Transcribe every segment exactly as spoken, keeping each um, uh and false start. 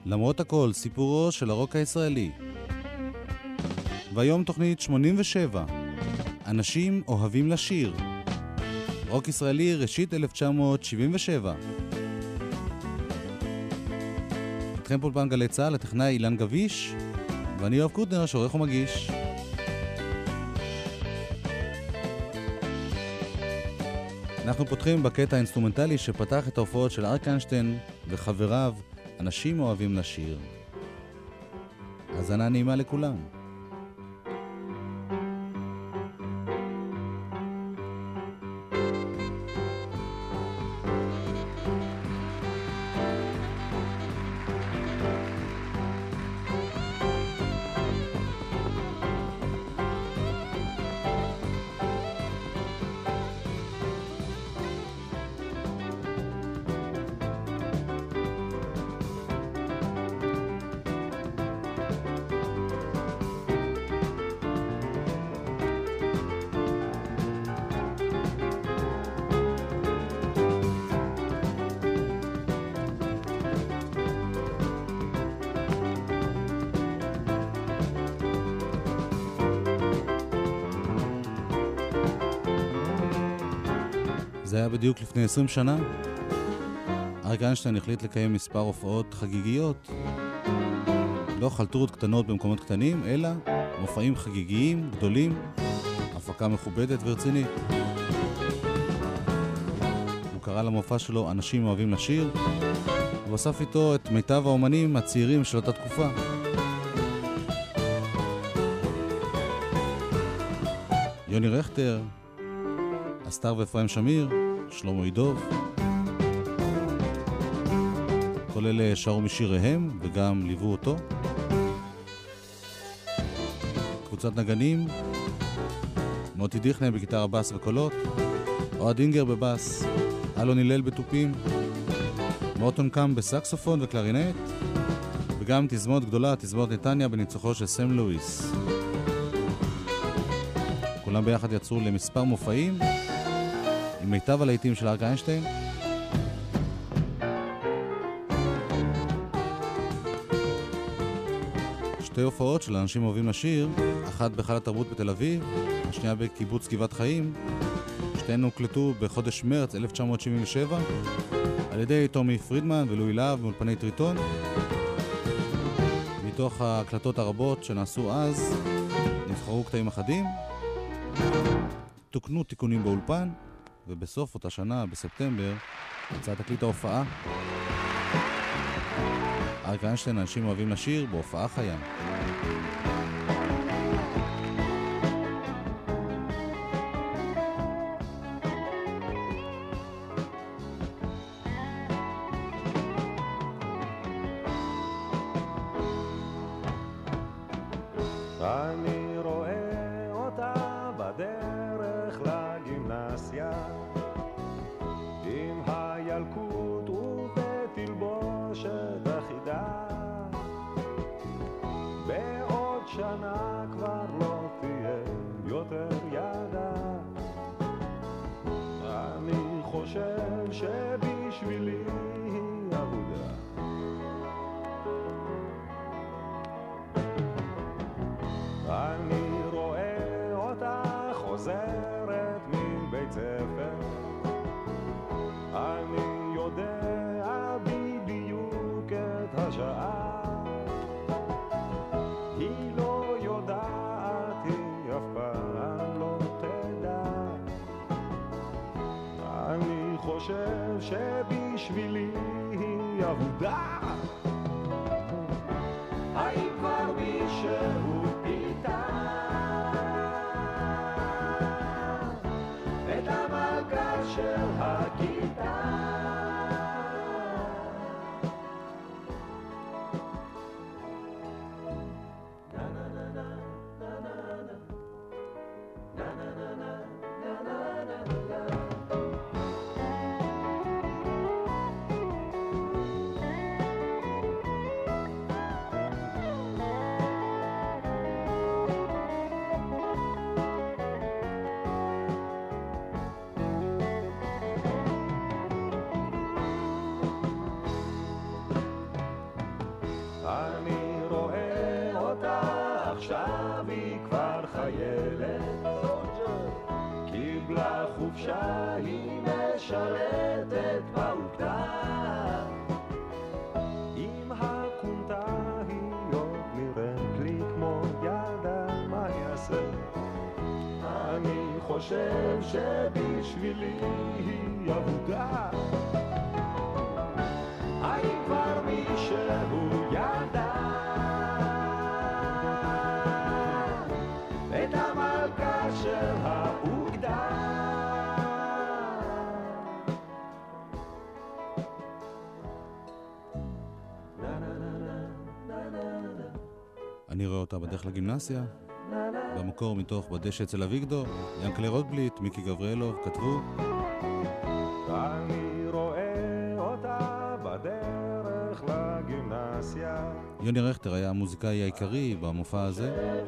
למרות הכל, סיפורו של הרוק הישראלי. והיום תוכנית שמונים ושבע, אנשים אוהבים לשיר. רוק ישראלי ראשית אלף תשע מאות שבעים ושבע. איתכם פולפן גלי צהל, הטכנאי אילן גביש, ואני יואב קוטנר, שעורך ומגיש. אנחנו פותחים בקטע האינסטרומנטלי שפתח את ההופעות של אריק איינשטיין וחבריו, אנשים אוהבים לשיר. האזנה נעימה לכולם. זה היה בדיוק לפני עשרים שנה. אריק איינשטיין החליט לקיים מספר הופעות חגיגיות. לא חלטורות קטנות במקומות קטנים, אלא מופעים חגיגיים, גדולים, הפקה מכובדת ורצינית. הוא קרא למופע שלו אנשים אוהבים לשיר, ובסף איתו את מיטב האומנים הצעירים של אותה תקופה. יוני רכטר, אסתר ואפרים שמיר, שלמה עידוב. כל אלה שרו משיריהם וגם ליוו אותו. קבוצת נגנים, מוטי דיכנר בגיטרה בס וקולות, אוהד אינגר בבס, אלון הלל בטופים, מורטון קאם בסקסופון וקלרינט, וגם תזמורת גדולה, תזמורת נתניה בניצוחו של סם לואיס. כולם ביחד יצאו למספר מופעים עם מיטב הלהיטים של אריק איינשטיין. שתי הופעות של אנשים אוהבים לשיר, אחת בהיכל התרבות בתל אביב, השנייה בקיבוץ גבעת חיים. שתיהן הוקלטו בחודש מרץ אלף תשע מאות שבעים ושבע על ידי תומי פרידמן ולואי להב מאולפני טריטון. מתוך ההקלטות הרבות שנעשו אז נבחרו קטעים אחדים, תוקנו תיקונים באולפן, ובסוף אותה שנה, בספטמבר, יצאה תקליט ההופעה. אריק איינשטיין, אנשים אוהבים לשיר, בהופעה חיה. אני רואה אותה בדרך לגימנסיה עם הילקוט ובתלבושת אחידה. בעוד שנה כבר לא תהיה יותר ידה. אני חושב שבשבילי היא עבודה. אני רואה אותה חוזרת מבית ספר. אני יודע בדיוק את השעה. היא לא יודעת, היא אף פעם לא תדע. אני חושב שבשבילי היא עבודה. האם כבר מישהו איתה את המלכה של הכיתה? עכשיו היא כבר חיילת, קיבלה חופשה, היא משרתת באוגדה. עם הקונטה היא עוד נראית לי כמו ילדה, מה יעשה? אני חושב שבשבילי היא עבודה. האם כבר מישהו ידע את המלכה של האוגדה? אני רואה אותה בדרך לגימנסיה, במקור מתוך בדשא אצל אביגדור, ינקלה רוטבליט, מיקי גבריאלוב, כתבו. אני רואה אותה בדרך לגימנסיה. יוני רכטר היה המוזיקאי העיקרי במופע הזה.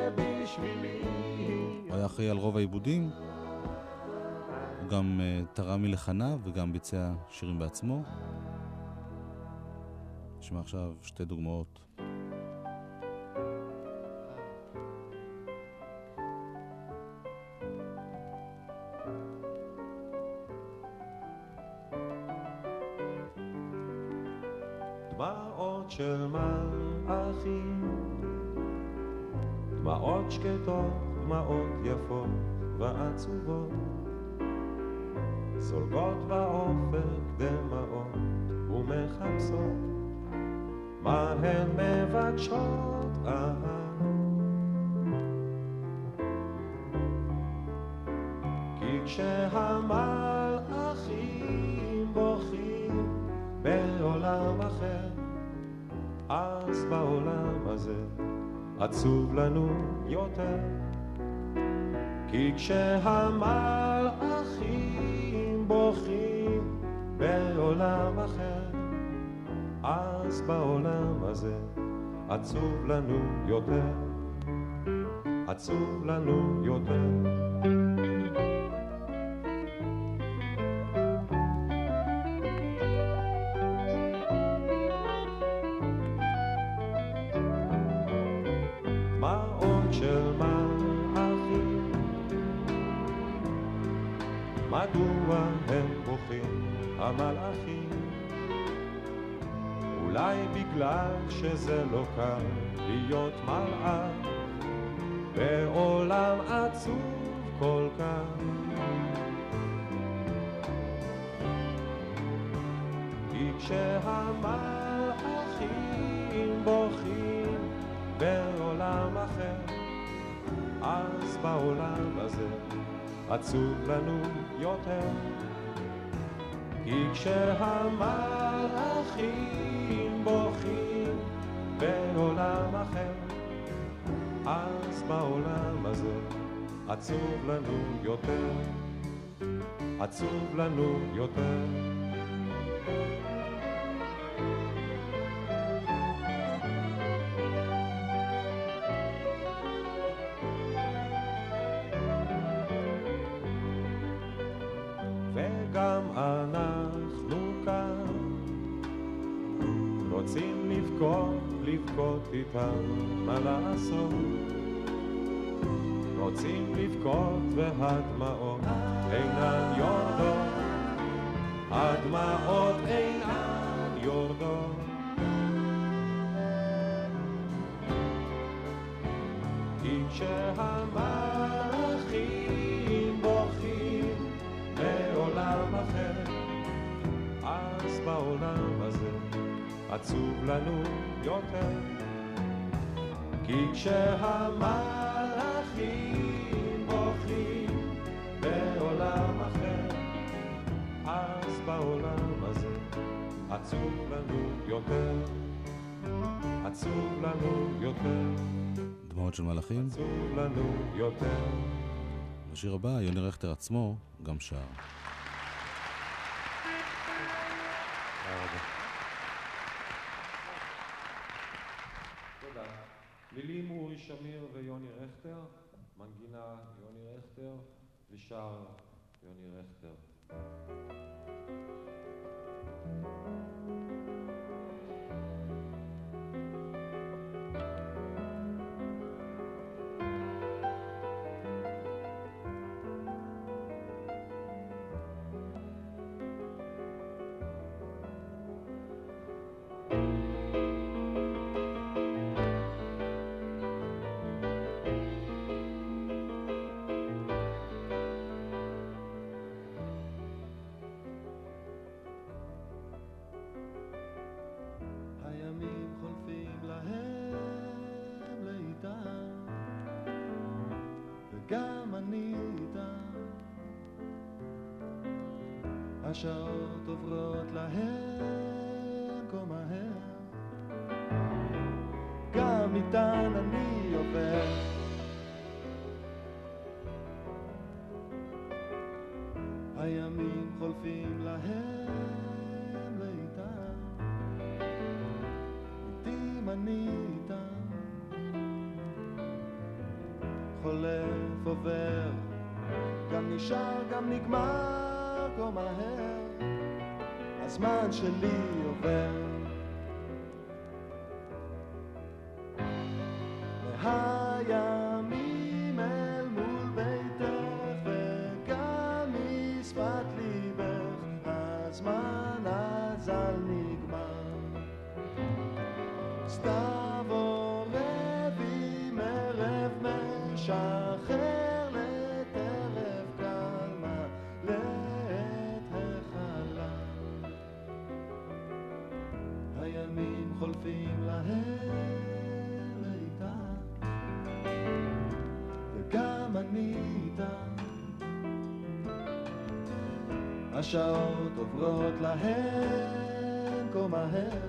הוא היה אחראי על רוב העיבודים. הוא גם uh, תרם מלחניו וגם ביצע שירים בעצמו. נשמע עכשיו שתי דוגמאות. דמעות של מלאכים, דמעות שקטות, דמעות יפות ועצובות, זולגות באופק דמעות ומחפשות מה הן מבקשות. אהב כי כשהמלאכים בוכים בעולם אחר, אז בעולם הזה עצוב לנו יותר. כי כשהמלאכים בוכים בעולם אחר, אז בעולם הזה עצוב לנו יותר, עצוב לנו יותר. מדוע הם בוכים המלאכים? אולי בגלל שזה לא קל להיות מלאך בעולם עצוב כל כך. כי כשהמלאכים בוכים בעולם אחר, אז בעולם הזה עצוב לנו יותר. כי כשהמלאכים בוכים בעולם אחר, אז בעולם הזה עצוב לנו יותר, עצוב לנו יותר. וגם אנחנו כאן רוצים לבכות, לבכות איתם, מה לעשות? רוצים לבכות והדמעות אינן יורדות, הדמעות אינן יורדות. כי כשהמלאכים בוכים בעולם אחר, אז בעולם הזה עצוב לנו יותר. כי כשהמלאכים בוכים בעולם אחר, אז בעולם הזה עצוב לנו יותר, עצוב לנו יותר. דמעות של מלאכים. עצוב לנו יותר. בשיר הבא יוני רכטר עצמו גם שר. תודה. מילים אורי שמיר ויוני רכטר, מנגינה יוני רכטר ושר יוני רכטר. וגם אני איתם. השעות עוברות להן כה מהר, גם איתן אני עובר. הימים חולפים להם לאיתם, איתים אני איתם. חולף עובר, גם נשאר גם נגמר כה מהר, הזמן שלי עובר. והימים אל מול ביתך וגם משפת ליבך, הזמן אזל נגמר. סתיו עורב עם ערב משחרר לטרף קלמה לעת החלם. הימים חולפים להם לאיתם, וגם אני איתם. השעות עוברות להן כה מהר,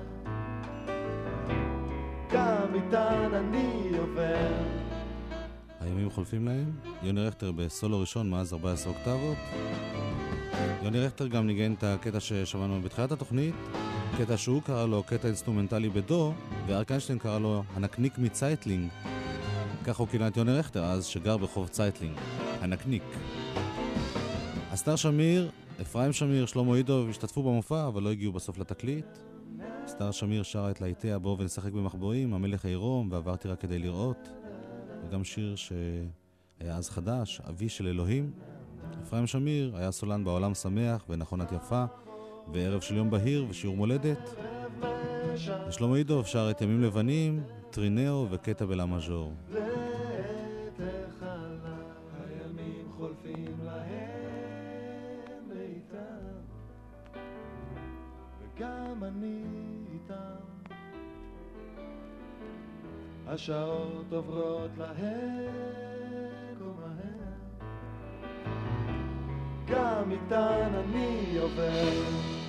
גם איתן אני עובר. הימים חולפים להם. יוני רכטר בסולו ראשון מאז ארבע עשרה אוקטבות. יוני רכטר גם ניגן את הקטע ששמענו בתחילת התוכנית, קטע שהוא קרא לו קטע אינסטרומנטלי בדו, ואריק איינשטיין קרא לו הנקניק מצייטלינג. כך הוא כינה את יוני רכטר אז, שגר ברחוב צייטלינג, הנקניק. אסתר שמיר, אפרים שמיר, שלמה אידוב השתתפו במופע, אבל לא הגיעו בסוף לתקליט. אסתר שמיר שרה את להיטיה בוא ונשחק במחבואים, המלך העירום ועברתי רק כדי לראות, וגם שיר שהיה אז חדש, אבי של אלוהים. אפרים שמיר היה סולן בעולם שמח ונכון את יפה וערב של יום בהיר ושיעור מולדת. ושלמה אידוב שר את ימים לבנים, טרינאו וקטע בלה מז'ור. הימים חולפים להם לאיתם, וגם אני איתם. השעות עוברות להם כה מהר, גם איתן אני עובר.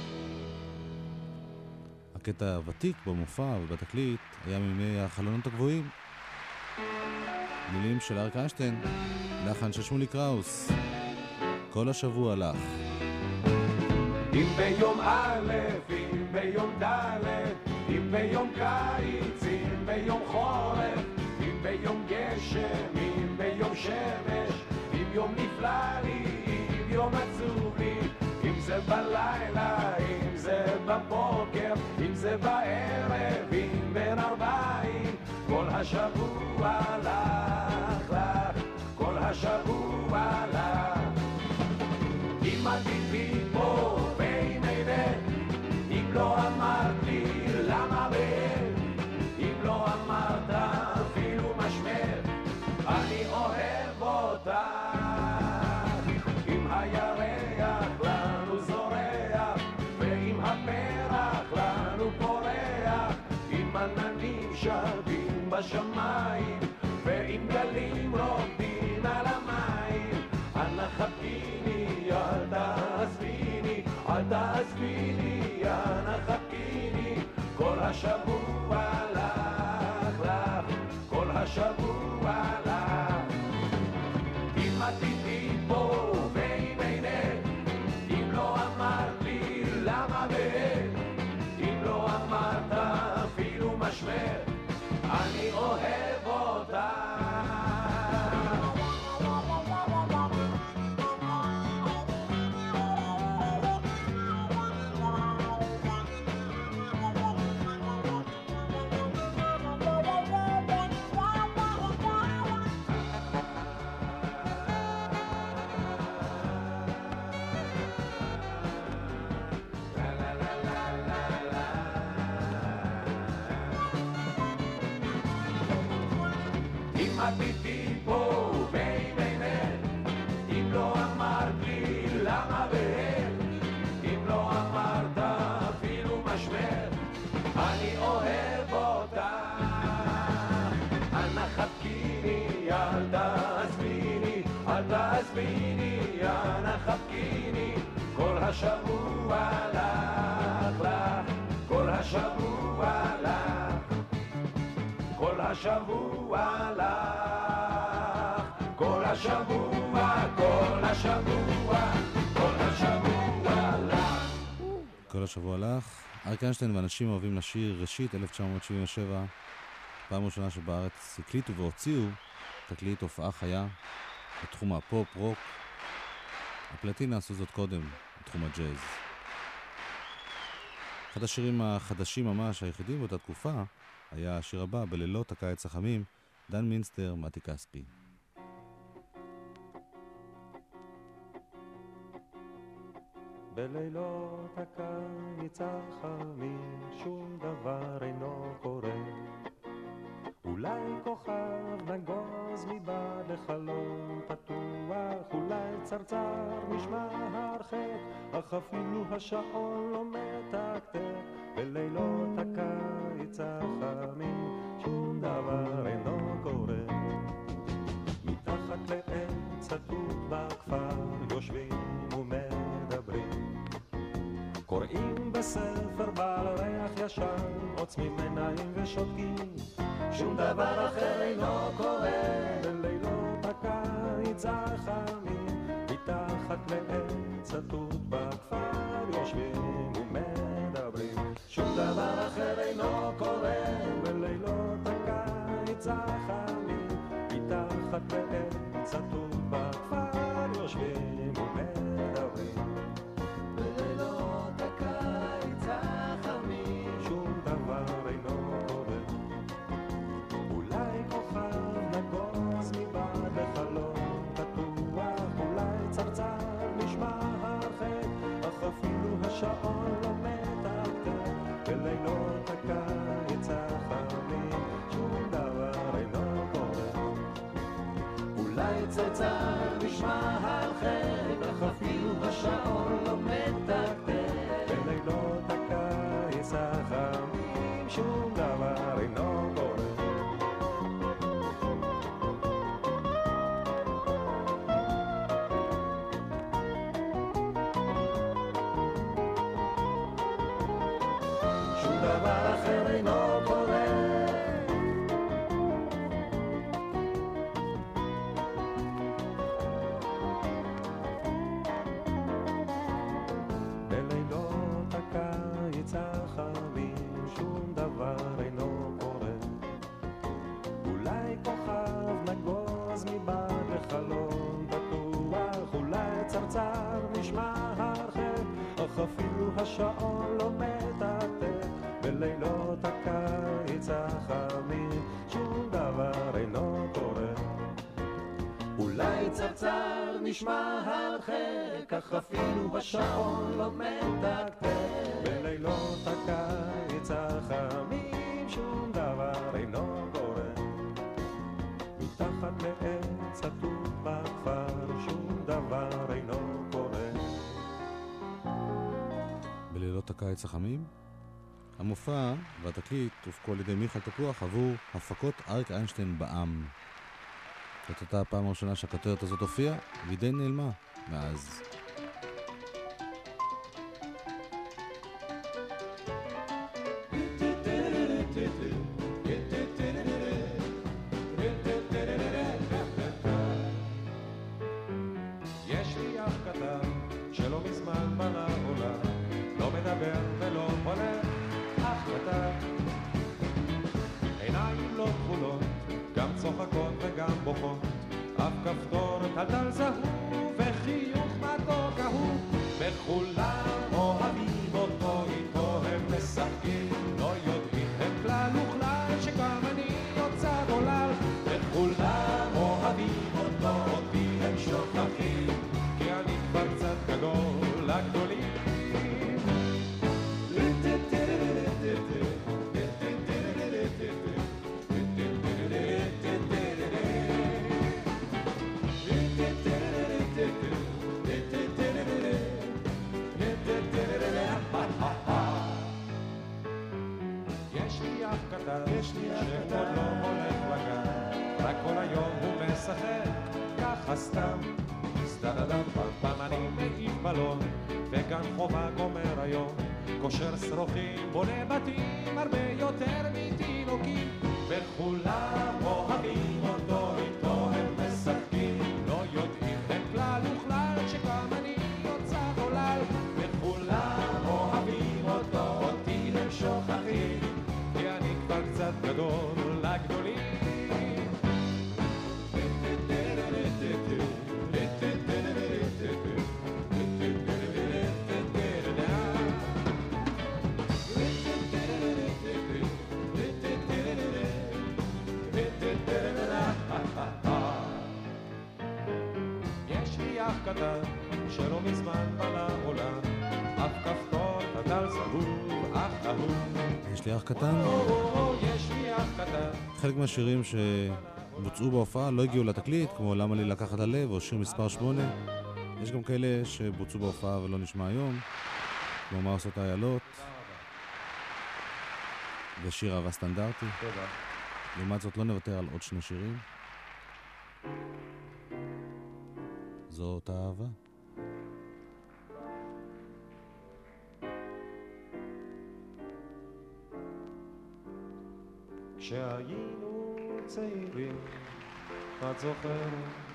הקטע הוותיק במופע ובתקליט היה מימי החלונות הגבוהים. מילים של אריק איינשטיין, לחן של שמולי קראוס, כל השבוע לך. אם ביום א', אם ביום ד', אם ביום קיץ, אם ביום חורף, אם ביום גשם, אם ביום שמש, אם יום נפלא לי, אם יום עצוב לי, אם זה בלילה, אם זה בבוקר, אם זה בערב, אם בין ארבעים, כל השבוע לך לך, כל השבוע לך. אם עתידי פה בין עיניך, אם לא אמרת לי למה ואין, אם לא אמרת אפילו משמר, אני אוהב אותך. אם הירח לנו זורח, ואם הפרח לנו פורח, אם עננים שבים בשמיים, ואם גלים רוקדים על המים, אנא חכיני, אל תעזביני, אל תעזביני, אנא חכיני, כל השבוע לך לך, כל השבוע לך. אם עתידי פה ועם עינך, אם לא אמרת לי למה ואין, אם לא אמרת אפילו משמר, אני אוהב אותך. עתידי פה בין עיניך, אם לא אמרת לי למה ואין, אם לא אמרת אפילו משמר, אני אוהב אותך. אנא חכיני, אל תעזביני, אל תעזביני, אנא חבקיני, כל השבוע לך לך, כל השבוע לך, כל השבוע לך, כל השבוע, כל השבוע, כל השבוע לך. כל השבוע לך. אריק איינשטיין ואנשים אוהבים לשיר, ראשית אלף תשע מאות שבעים ושבע, פעם ראשונה שבארץ הקליטו והוציאו תקליט הופעה חיה בתחום הפופ, רוק. הפלטינה עשו זאת קודם, בתחום הג'אז. אחד השירים החדשים ממש, היחידים באותה תקופה, היה השיר הבא, בלילות הקיץ החמים, דן מינסטר, מתי כספי. בלילות הקיץ החמים שום דבר אינו קורה, אולי כוכב נגוז מבעד לחלום פתוח, אולי צרצר נשמע הרחק, אך אפילו השעון לא מתקתק. בלילות הקיץ החמים שום דבר אינו קורה, מתחת לעץ התות בכפר יושבים ומדברים, קוראים בספר בעל ריח ישן, עוצמים עיניים ושותקים, שום דבר אחר אינו קורה. בלילות הקיץ החמים מתחת לעץ התות בכפר יושבים ומדברים, שום דבר אחר אינו קורה. בלילות הקיץ החמים מתחת לעץ התות בכפר יושבים ומדברים, בלילות הקיץ החמים שום דבר אינו קורה, אולי כוכב נגוז מבעד לחלום פתוח, אולי צרצר נשמע הרחק, אך אפילו השעון לא מתקתק. בלילות הקיץ החמים שום דבר אינו קורה, אולי צרצר נשמע הרחק, אך אפילו השעון לא מתקתק. בלילות הקיץ החמים שום דבר אינו קורה. שום דבר אחר אינו קורה. בלילות הקיץ החמים שום דבר אינו קורה, אולי כוכב נגוז מבעד לחלום פתוח, אולי צרצר נשמע הרחק, אך אפילו השעון לא מתקתק. בלילות הקיץ החמים שום דבר אינו קורה, אולי צרצר נשמע הרחק, אך אפילו השעון לא מתקתק. בלילות הקיץ החמים שום דבר אינו קורה, מתחת לעץ התות בכפר שום דבר אינו קורה. בלילות הקיץ החמים. המופע והתקליט הופקו על ידי מיכל תפוח עבור הפקות אריק איינשטיין בעם. זאת הייתה הפעם הראשונה שהכותרת הזאת הופיעה, והיא די נעלמה מאז. יש לי אח קטן שלא מזמן בנה עולם, לא מדבר ולא הולך, אח קטן, עיניים לא כחולות, גם צוחקות וגם בוכות, אף כפתור טלטל זהוב וחיוך מתוק אהוב, וכולם אוהבים אותו, איתו הם משחקים, לא יודעים הם כלל וכלל שגם אני יוצא גולל, וכולם אוהבים אותו, אותי הם שוכחים, כי אני כבר קצת גדול לגדולים. הסתם. סטדדם פעם אני מעיף בלון, וגם חובה גומר היום. קושר שרוכים, בונה בתים, הרבה יותר מתינוקים. וכולם אוהבים אותו, איתו הם משחקים. לא יודעים הם כלל וכלל, שגם אני יוצא עולל. וכולם אוהבים אותו, אותי הם שוכחים. כי אני כבר קצת גדול לגדולים. קטן שלא מזמן בא לעולם, אף כפתור קטן זהוב, אך אהוב. יש לי אח קטן. יש לי אח קטן. חלק מהשירים שבוצעו בהופעה לא הגיעו לתקליט, כמו למה לי לקחת הלב או שיר מספר שמונה. יש גם כאלה שבוצעו בהופעה ולא נשמע היום, כמו מה עושות האיילות ושיר אהבה סטנדרטי. תודה. לעומת זאת לא נוותר על עוד שני שירים. זאת אהבה. כשהיינו צעירים, את זוכרת,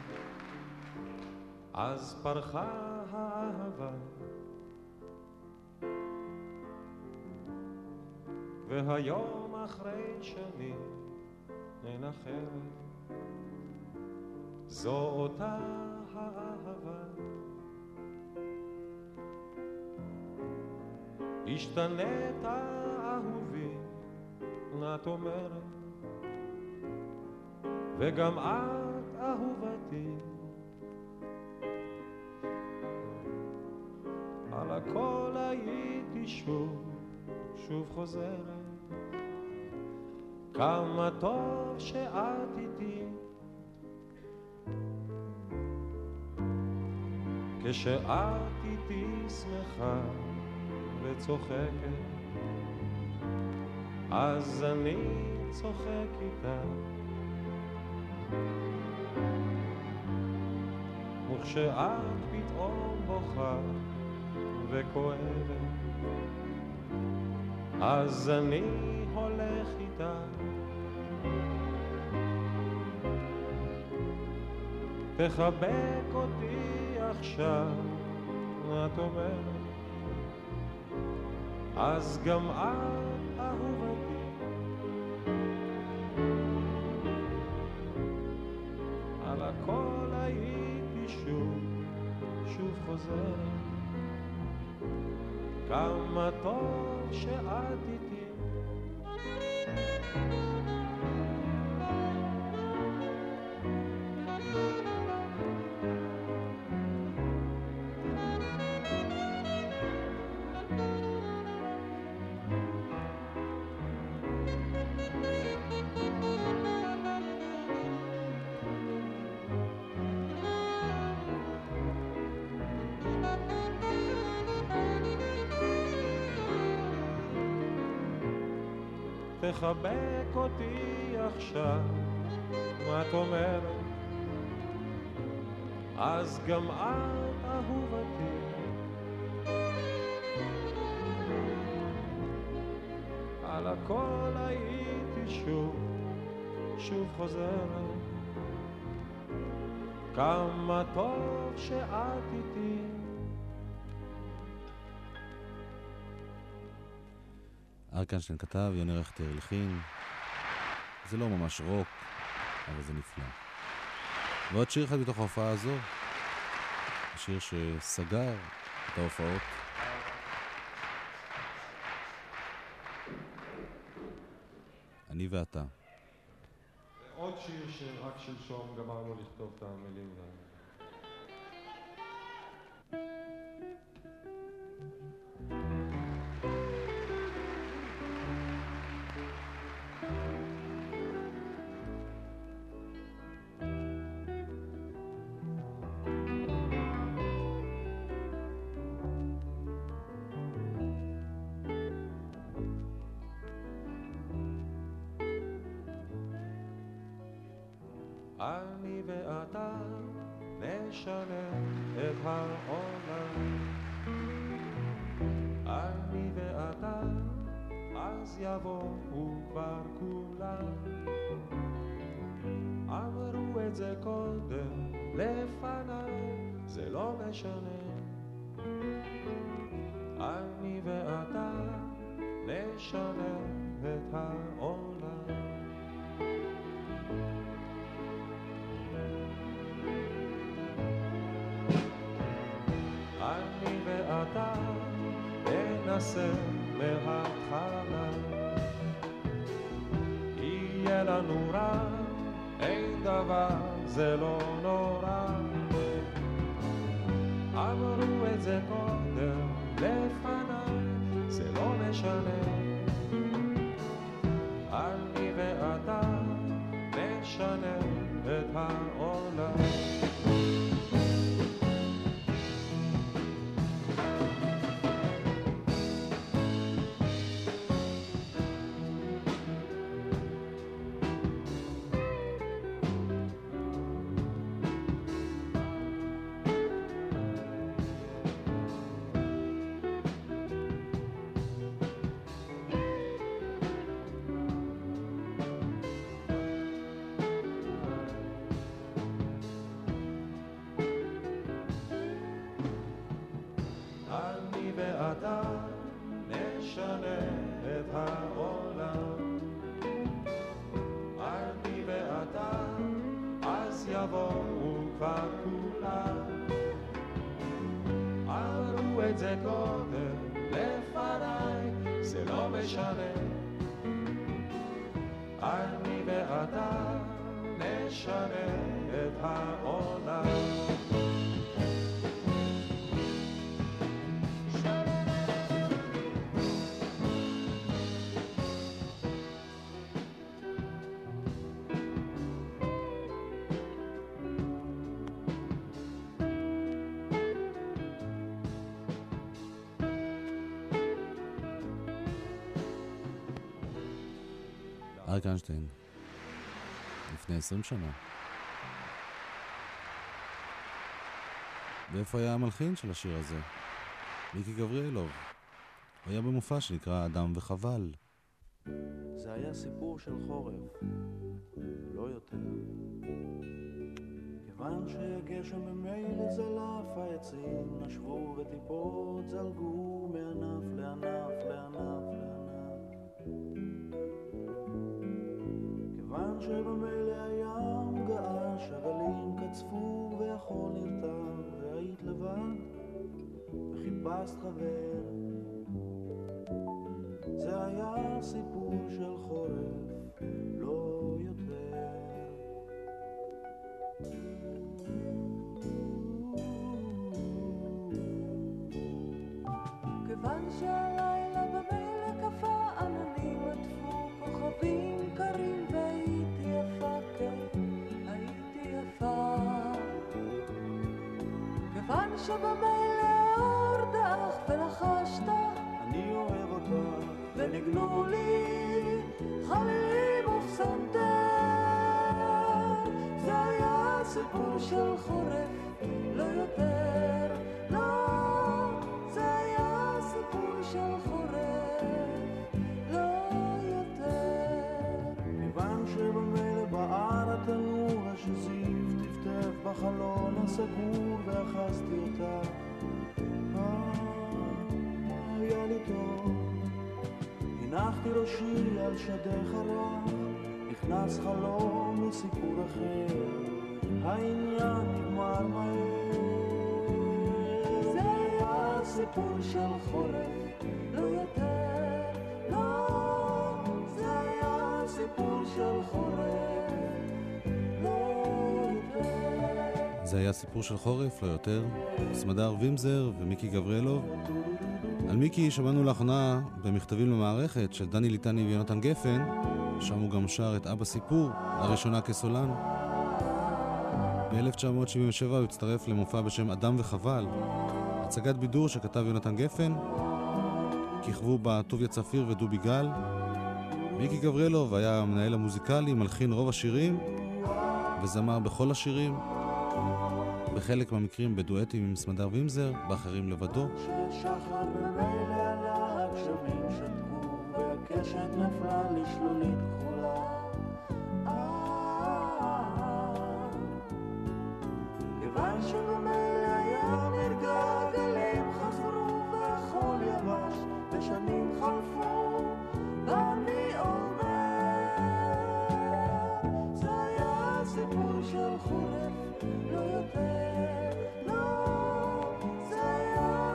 אז פרחה האהבה, והיום אחרי שנים אין אחרת, זו אותה האהבה. השתנית אהובי, את אומרת, וגם את אהובתי. על הכל הייתי שוב, שוב חוזרת, כמה טוב שאת איתי. כשאת איתי שמחה וצוחקת, אז אני צוחק איתה. וכשאת פתאום בוכה וכואבת, אז אני הולך איתה. תחבק אותי עכשיו, את אומרת, אז גם את אהובתי. על הכל הייתי שוב, שוב חוזרת, כמה טוב שאת איתי. תחבק אותי עכשיו, מה את אומרת? אז גם את אהובתי. על הכל הייתי שוב, שוב חוזרת, כמה טוב שאת איתי. אריק איינשטיין כתב, יוני רכטר הלחין. זה לא ממש רוק, אבל זה נפלא. ועוד שיר אחד בתוך ההופעה הזו, השיר שסגר את ההופעות. אני ואתה. עוד שיר שרק שלשום גמרנו לכתוב את המילים להם. אני ואתה נשנה את העולם. אני ואתה, אז יבואו כבר כולם. אמרו את זה קודם לפניי, זה לא משנה. אני ואתה נשנה את העולם. אני ואתה ננסה מההתחלה, יהיה לנו רע, אין דבר, זה לא נורא. אמרו את זה קודם לפניי, זה לא משנה. אני ואתה נשנה את העולם. ואתה נשנה את העולם. אני ואתה, אז יבואו כבר כולם. אמרו את זה קודם לפניי, זה לא משנה. אני ואתה נשנה את העולם. אריק איינשטיין, לפני עשרים שנה. ואיפה היה המלחין של השיר הזה? מיקי גבריאלוב. הוא היה במופע שנקרא אדם וחבל. זה היה סיפור של חורף, לא יותר. כיוון שהגשם ממילא זלף, העצים נשבו וטיפות זלגו מענף לענף לענף לענף. כיוון שבמילא הים געש, הגלים קצפו והחול נרטב, והיית לבד וחיפשת חבר. זה היה סיפור של חורף, לא יותר. כיוון שהלילה במילא קפה עננים עטפו כוכבים קרים, והייתי יפה, כן, הייתי יפה. כיוון שבמילא האור דח ולחשת, אני אוהב אותך, ונגנו לי חלילים ופסנתר. זה היה סיפור של חורף, לא יותר. לא, זה היה סיפור של חורף, לא יותר. כיוון שבמילא בער התנור השזיף טפטף בחלון הסגור, ואחזתי אותה, אה, היה לי טוב. הנחתי ראשי על שדך הרך, נכנס חלום מסיפור אחר, העניין נגמר מהר. זה היה סיפור של חורף, לא יותר. לא, זה היה סיפור של חורף, לא יותר. זה היה סיפור של חורף, לא יותר. סמדר וימזר ומיקי גבריאלוב. על מיקי שמענו לאחרונה במכתבים למערכת של דני ליטני ויונתן גפן, שם הוא גם שר את אבא סיפור, לראשונה כסולן. ב-אלף תשע מאות שבעים ושבע הוא הצטרף למופע בשם אדם וחבל, הצגת בידור שכתב יונתן גפן, כיכבו בה טוביה צפיר ודובי גל. מיקי גבריאלוב היה המנהל המוזיקלי, מלחין רוב השירים וזמר בכל השירים. בחלק מהמקרים בדואטים עם סמדר וימזר, באחרים לבדו. ששחר ממילא עלה, הגשמים שתקו, והקשת נפלה לשלולית כחולה. כיוון שבמילא היה נרגע, גלים חזרו והחול יבש, ושנים חלפו, ואני אומר, זה היה סיפור של חורף, לא יותר, לא, זה היה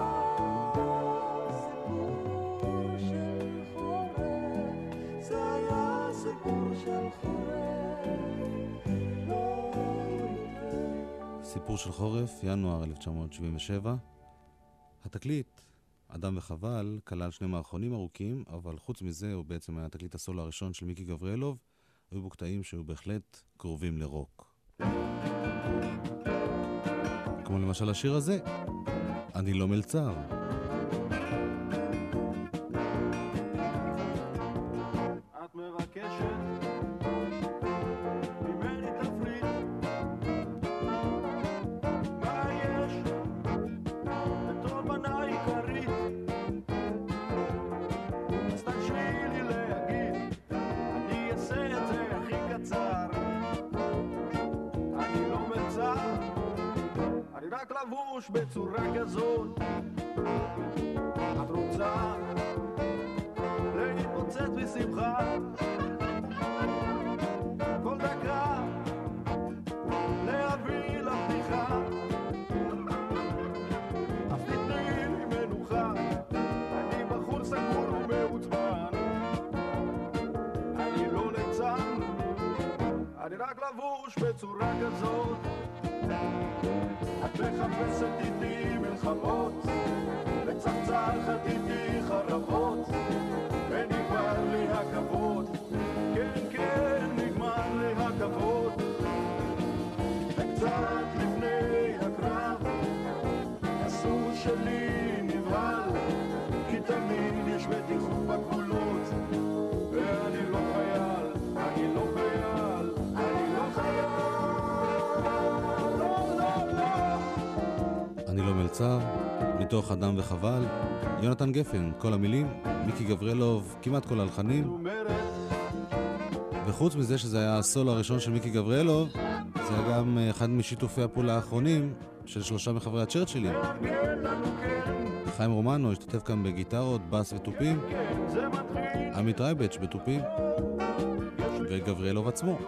סיפור של חורף, זה היה סיפור של חורף, לא יותר. סיפור של חורף, ינואר אלף תשע מאות שבעים ושבע. התקליט, אדם וחבל, כלל שני מערכונים ארוכים, אבל חוץ מזה הוא בעצם היה תקליט הסולו הראשון של מיקי גבריאלוב, היו בו קטעים שהיו בהחלט קרובים לרוק. כמו למשל השיר הזה, אני לא מלצר. את מבקשת ממני תפריט, מה יש בתובנה עיקרית, אז תרשי לי להגיד, אני אעשה את זה הכי קצר. אני לא מלצר, אני רק לבוש בצורה כזאת. את רוצה להתפוצץ בשמחה כל דקה, להביא לבדיחה, אז תתני לי מנוחה. אני בחור סגור ומעוצבן, אני לא ליצן, אני רק לבוש בצורה כזאת. את מחפשת איתי מלחמות, וצחצחת איתי חרבות, ונגמר לי הכבוד, כן כן נגמר לי הכבוד. וקצת לפני הקרב הסוס שלי נבהל, כי תמיד יש מתיחות בגבולות, ואני לא חייל, אני לא חייל, אני לא חייל, לא לא לא. אני לא מלצר, מתוך אדם וחבל, יונתן גפן, כל המילים, מיקי גבריאלוב, כמעט כל הלחנים. וחוץ מזה שזה היה הסולו הראשון של מיקי גבריאלוב, זה היה גם אחד משיתופי הפעולה האחרונים של שלושה מחברי הצ'רצ'ילים. חיים רומנו השתתף כאן בגיטרות, בס וטופים, עמית רייבץ' בטופים, וגבריאלוב עצמו.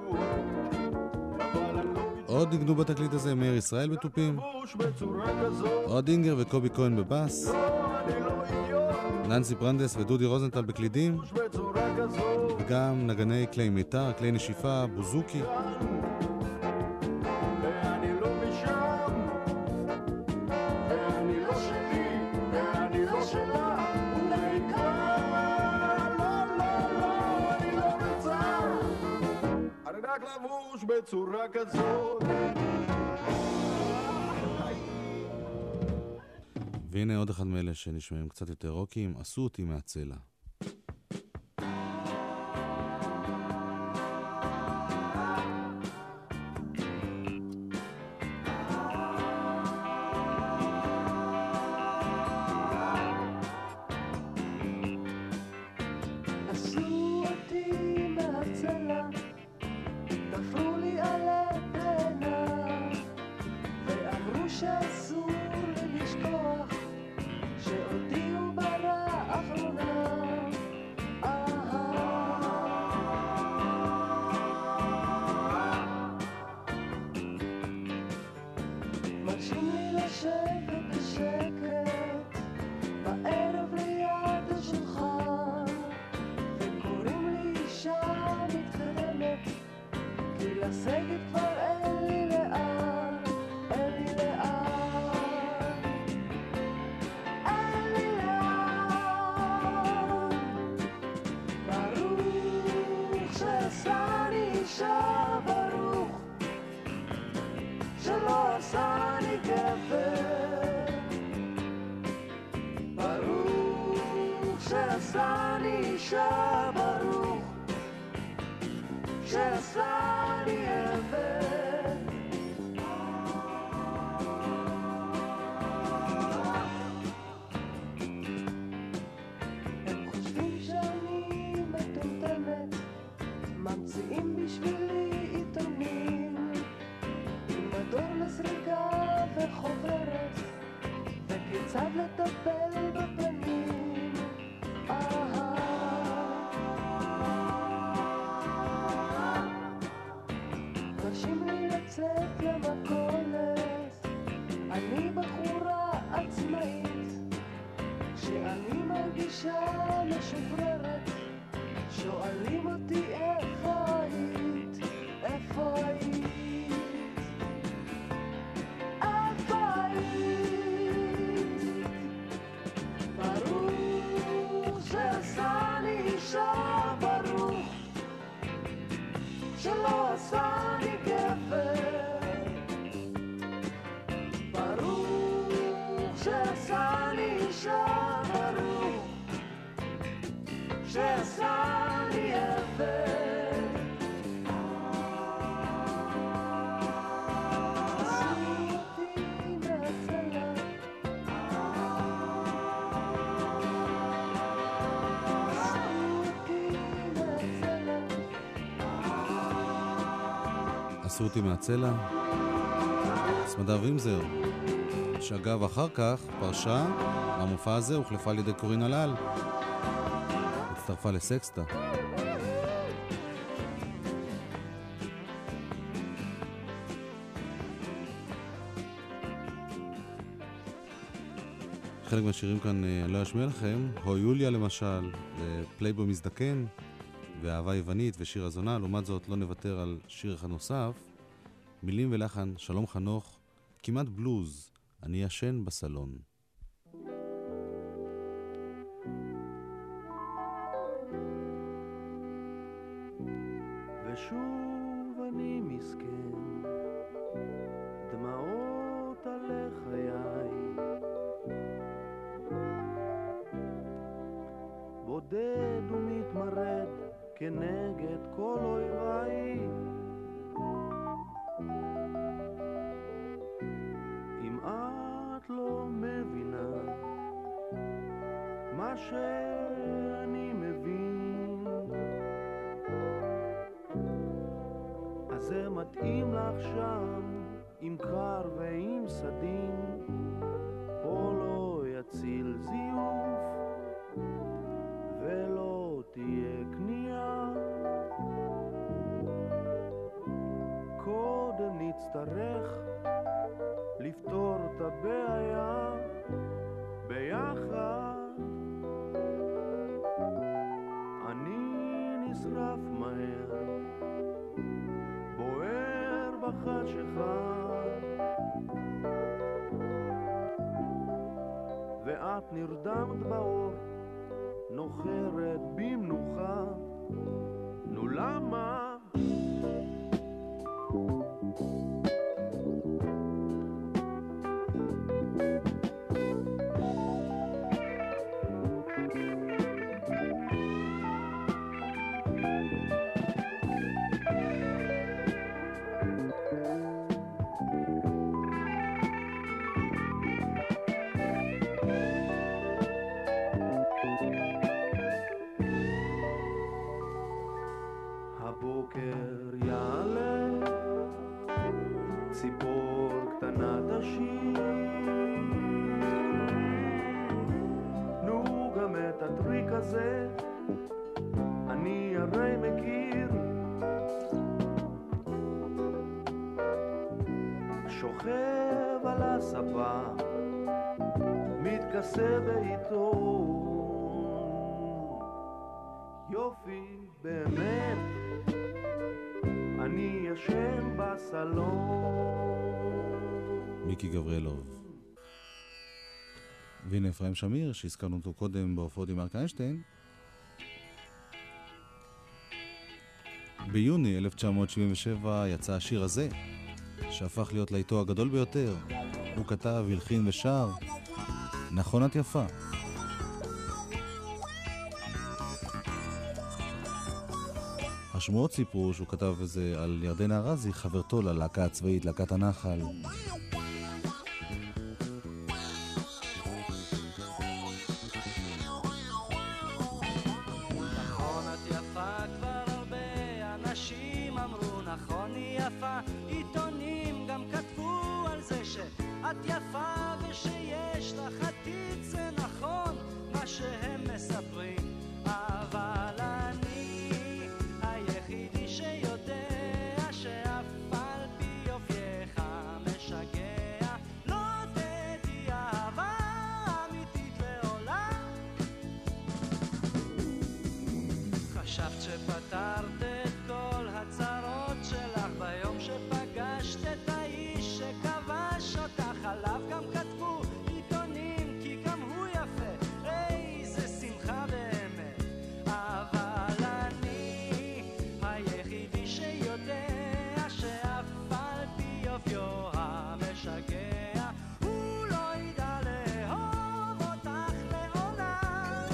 עוד ניגנו בתקליט הזה מאיר ישראל בטופים, עוד דינגר וקובי כהן בבס, ננסי ברנדס ודודי רוזנטל בקלידים, וגם נגני כלי מיתר, כלי נשיפה, בוזוקי. בצורה כזאת. והנה עוד אחד מאלה שנשמעים קצת יותר רוקים, עשו אותי מהצלע. בחוברת, וכיצד לטפל בפנים. אהה. תרשים לי לצאת למכולת, אני בחורה עצמאית, כשאני מרגישה משוחררת, שואלים אותי איפה היית, איפה היית, איפה היית. ברוך שעשני אישה, ברוך שלא עשני גבר, ברוך שעשני אישה, ברוך שעשני עבר. עשו אותי מהצלה, עשו אותי מהצלע. סמדר וימזר, שאגב אחר כך פרשה למופע הזה, הוחלפה על ידי קורין הלל, הצטרפה לסקסטה. חלק מהשירים כאן אני לא אשמיע לכם, הו יוליה למשל, פלייבוי מזדקן, ואהבה יוונית ושיר הזונה. לעומת זאת לא נוותר על שיר אחד נוסף, מילים ולחן שלום חנוך, כמעט בלוז, אני ישן בסלון. ושוב אני מסכן, דמעות על חיי, בודד ומתמרד כנגד כל אויביי. אם את לא מבינה מה שאני מבין, אז זה מתאים לך שם עם קר ועם סדין, פה לא יציל זיוף ולא תהיה קנייה. קודם נצטרך לפתור את הבעיה ביחד. אני נשרף מהר, בוער בחשכה, ואת נרדמת באור, נוחרת במנוחה. נו למה? הבוקר יעלה, ציפור קטנה תשיר, נו גם את הטריק הזה אני הרי מכיר. שוכב על הספה, מתכסה בעיתון, יופי באמת, אני ישן בסלון. מיקי גבריאלוב. והנה אפרים שמיר, שהזכרנו אותו קודם בהופעות עם אריק איינשטיין. ביוני אלף תשע מאות שבעים ושבע יצא השיר הזה, שהפך להיות להיטו הגדול ביותר. הוא כתב, הלחין ושר, נכון את יפה. השמועות סיפרו שהוא כתב איזה על ירדנה ארזי, חברתו ללהקה הצבאית, להקת הנחל. נכון את יפה, כבר הרבה אנשים אמרו נכון היא יפה, עיתונים גם כתבו על זה שאת את יפה ושיש לך עתיד, זה נכון מה שהם מספרים, אבל אני היחידי שיודע שאף על פי יופייך משגע לא תדעי אהבה אמיתית לעולם. חשבת שפתרת את כל הצרות שלך ביום שפגשת את האיש שכבש אותך, עליו גם כתבו עיתונים כי גם הוא יפה, איזה שמחה באמת, אבל אני היחידי שיודע שאף על פי יופיו המשגע הוא לא ידע לאהוב אותך לעולם,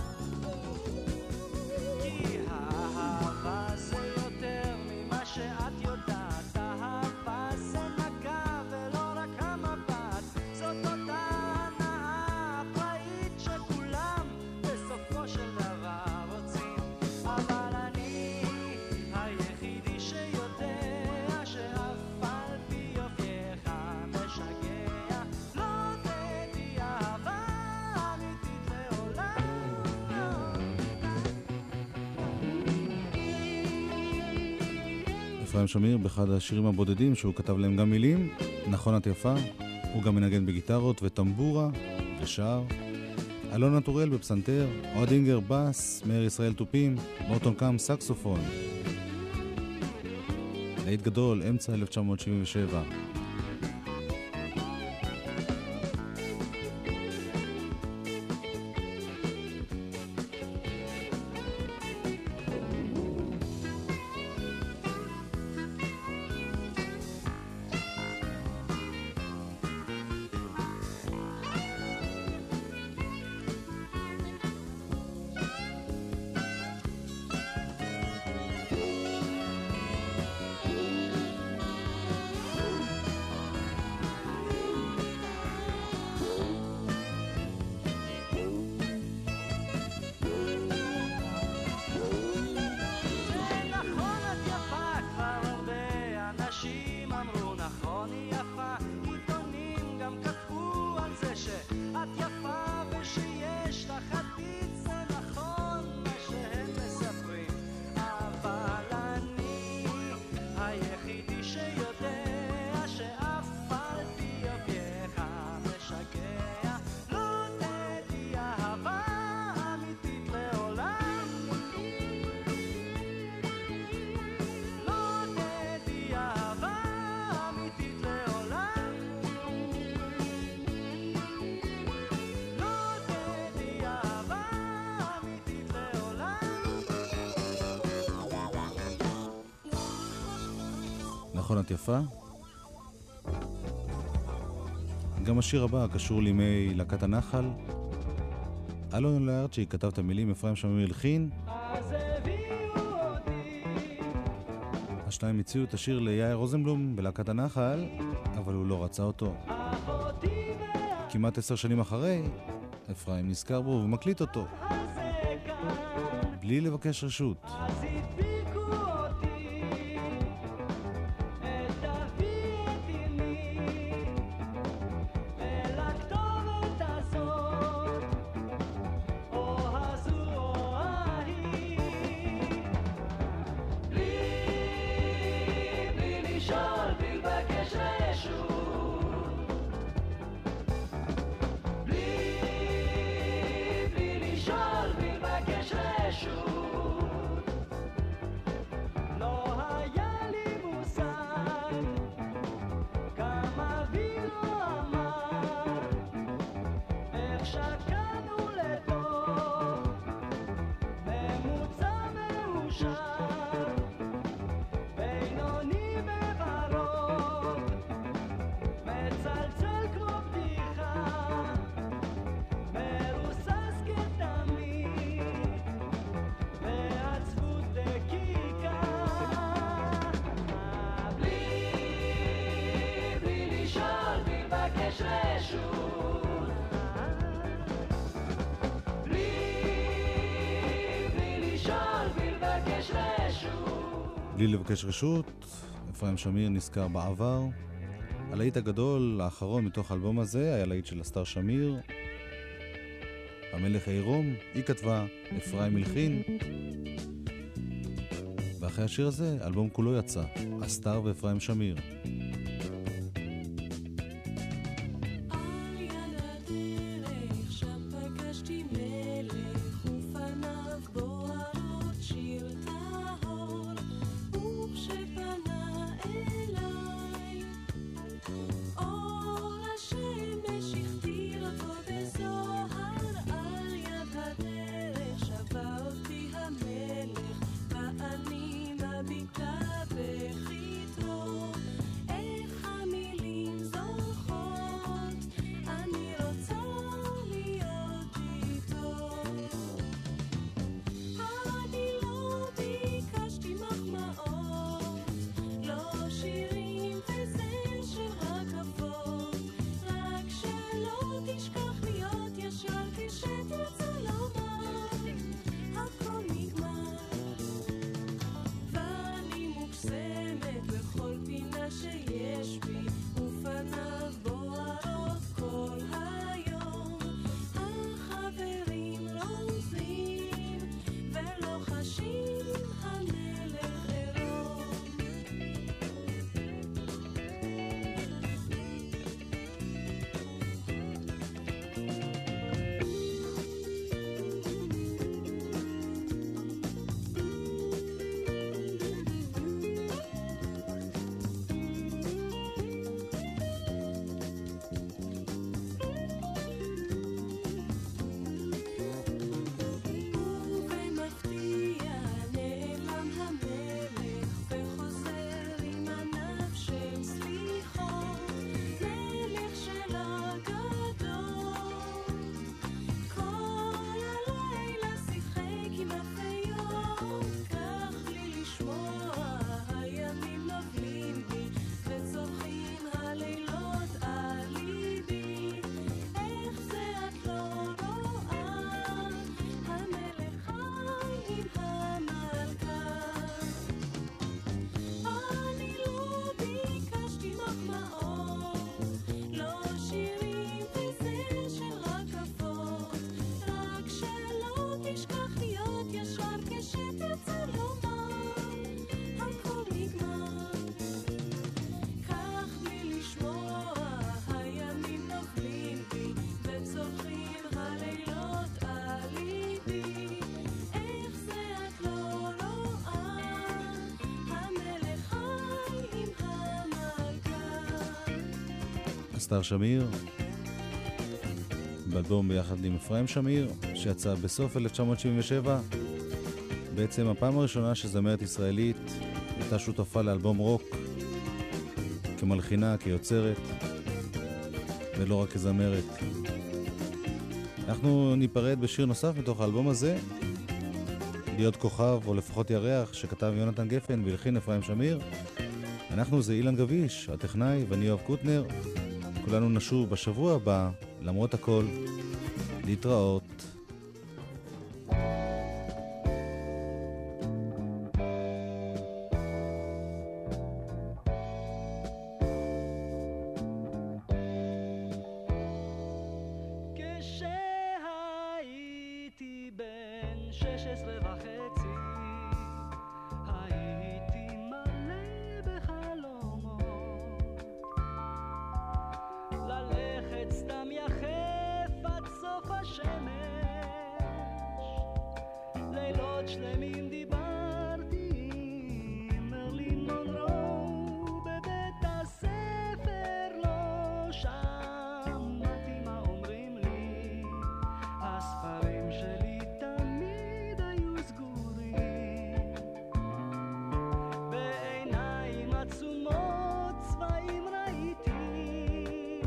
כי האהבה זה יותר ממה שאת יודעת, אהבה זה מגע ולא רק המבט, זאת אותה הנאה פראית שכולם בסופו של דבר רוצים, אבל אני היחידי שיודע שאף על פי יופייך משגע לא תדעי אהבה אמיתית לעולם. אפרים שמיר, באחד השירים הבודדים שהוא כתב להם גם מילים, נכון את יפה, הוא גם מנגן בגיטרות וטמבורה ושר. אלונה טוראל בפסנתר, אוהד אינגר בס, מאיר ישראל תופים, מורטון קאם סקסופון. להיט גדול, אמצע אלף תשע מאות שבעים ושבע. נכון את יפה. גם השיר הבא קשור לימי להקת הנחל. אלון לארצ'י כתב את המילים, אפרים שמיר הלחין. השניים הציעו את השיר ליאיר רוזנבלום בלהקת הנחל, אבל הוא לא רצה אותו. כמעט עשר שנים אחרי, אפרים נזכר בו ומקליט אותו בלי לבקש רשות. בלי לבקש רשות, אפרים שמיר נזכר בעבר, הלהיט הגדול האחרון מתוך האלבום הזה היה להיט של אסתר שמיר, המלך העירום. היא כתבה, אפרים מלחין, ואחרי השיר הזה האלבום כולו יצא, אסתר ואפרים שמיר. אסתר שמיר, באלבום ביחד עם אפרים שמיר, שיצא בסוף אלף תשע מאות שבעים ושבע. בעצם הפעם הראשונה שזמרת ישראלית הייתה שותפה לאלבום רוק, כמלחינה, כיוצרת, ולא רק כזמרת. אנחנו ניפרד בשיר נוסף מתוך האלבום הזה, להיות כוכב, או לפחות ירח, שכתב יונתן גפן והלחין אפרים שמיר. אנחנו זה אילן גביש, הטכנאי, ואני יואב קוטנר. כולנו נשוב בשבוע הבא, למרות הכל, להתראות. כשהייתי בן שש עשרה וחצי, הייתי מלא בחלומות ללכת סתם יחף עד סוף השמש. לילות שלמים דיברתי עם מרלין מונרו בבית הספר, לא שמעתי מה אומרים לי. הספרים שלי תמיד היו סגורים, בעיניים עצומות צבעים ראיתי,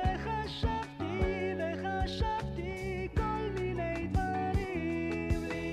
וחשבתי וחשבתי כל מיני דברים.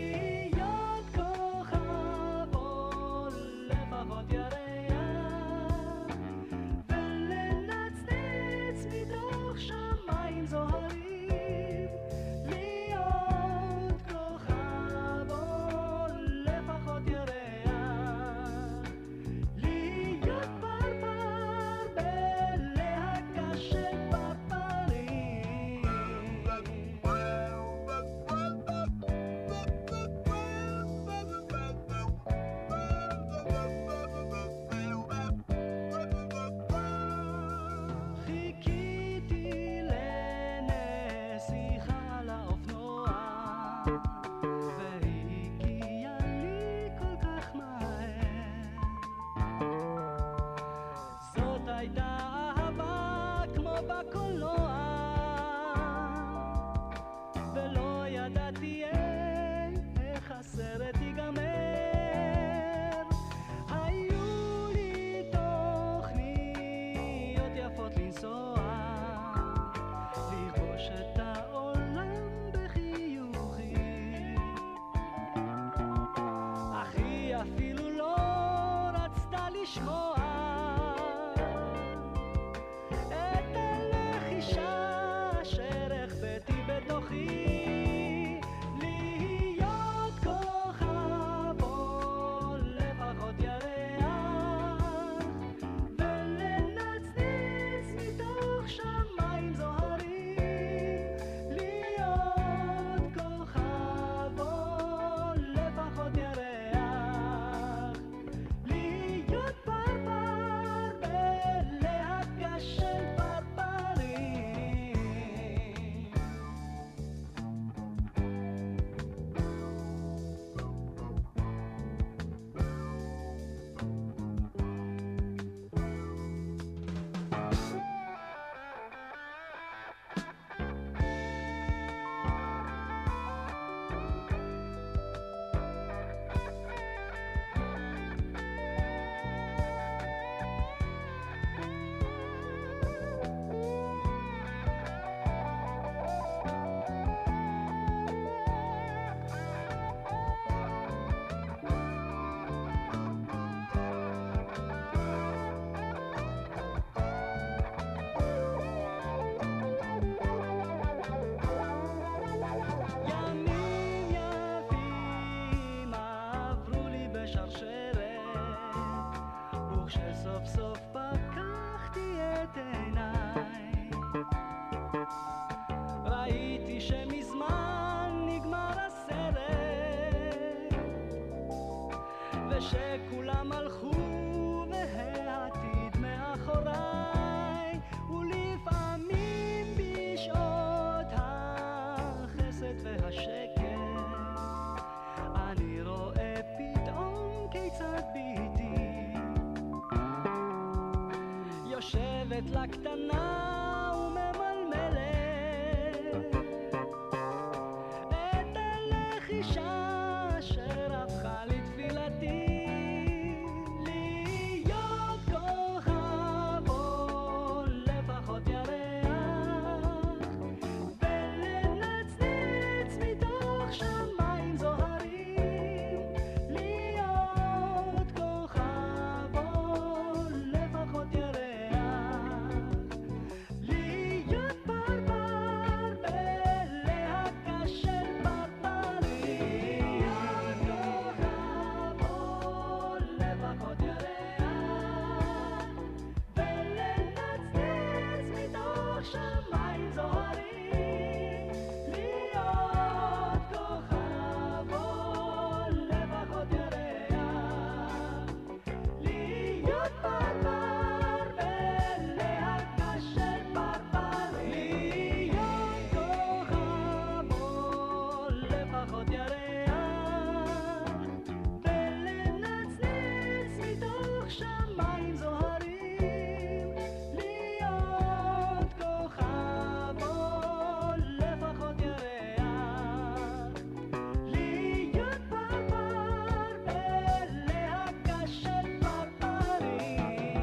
יושבת לה קטנה וממלמלת את הלחישה אשר הפכה לתפילתי להיות כוכב או לפחות ירח ולנצנץ מתוך שמיים זוהרים להיות כוכב או לפחות ירח להיות פרפר בלהקה של פרפרים להיות כוכב או לפחות ירח ולנצנץ מתוך שמיים זוהרים להיות כוכב או לפחות ירח להיות פרפר בלהקה של פרפרים להיות כוכב או לפחות ירח ולנצנץ מתוך שמיים זוהרים להיות כוכב או לפחות ירח להיות פרפר בלהקה של פרפרים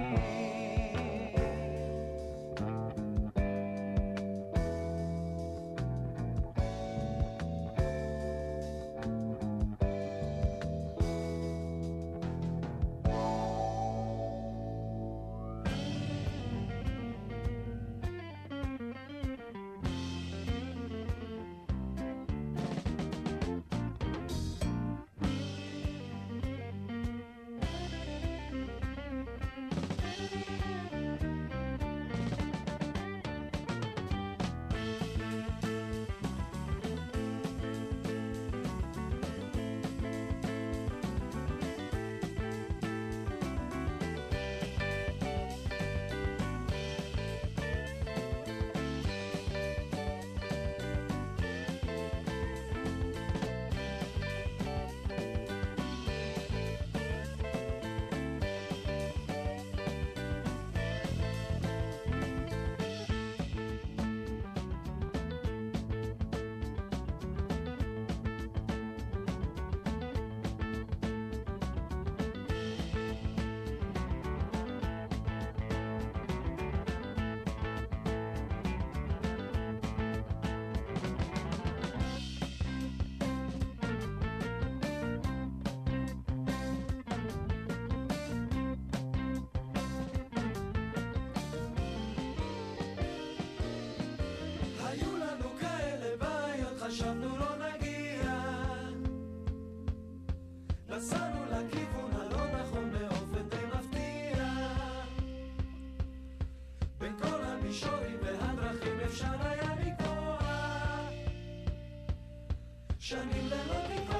היו לנו כאלה בעיות, חשבנו לא נגיע נסענו לכיוון הלא נכון באופן די מפתיע בין כל המישורים והדרכים אפשר היה לקבוע שנים ללא תקווה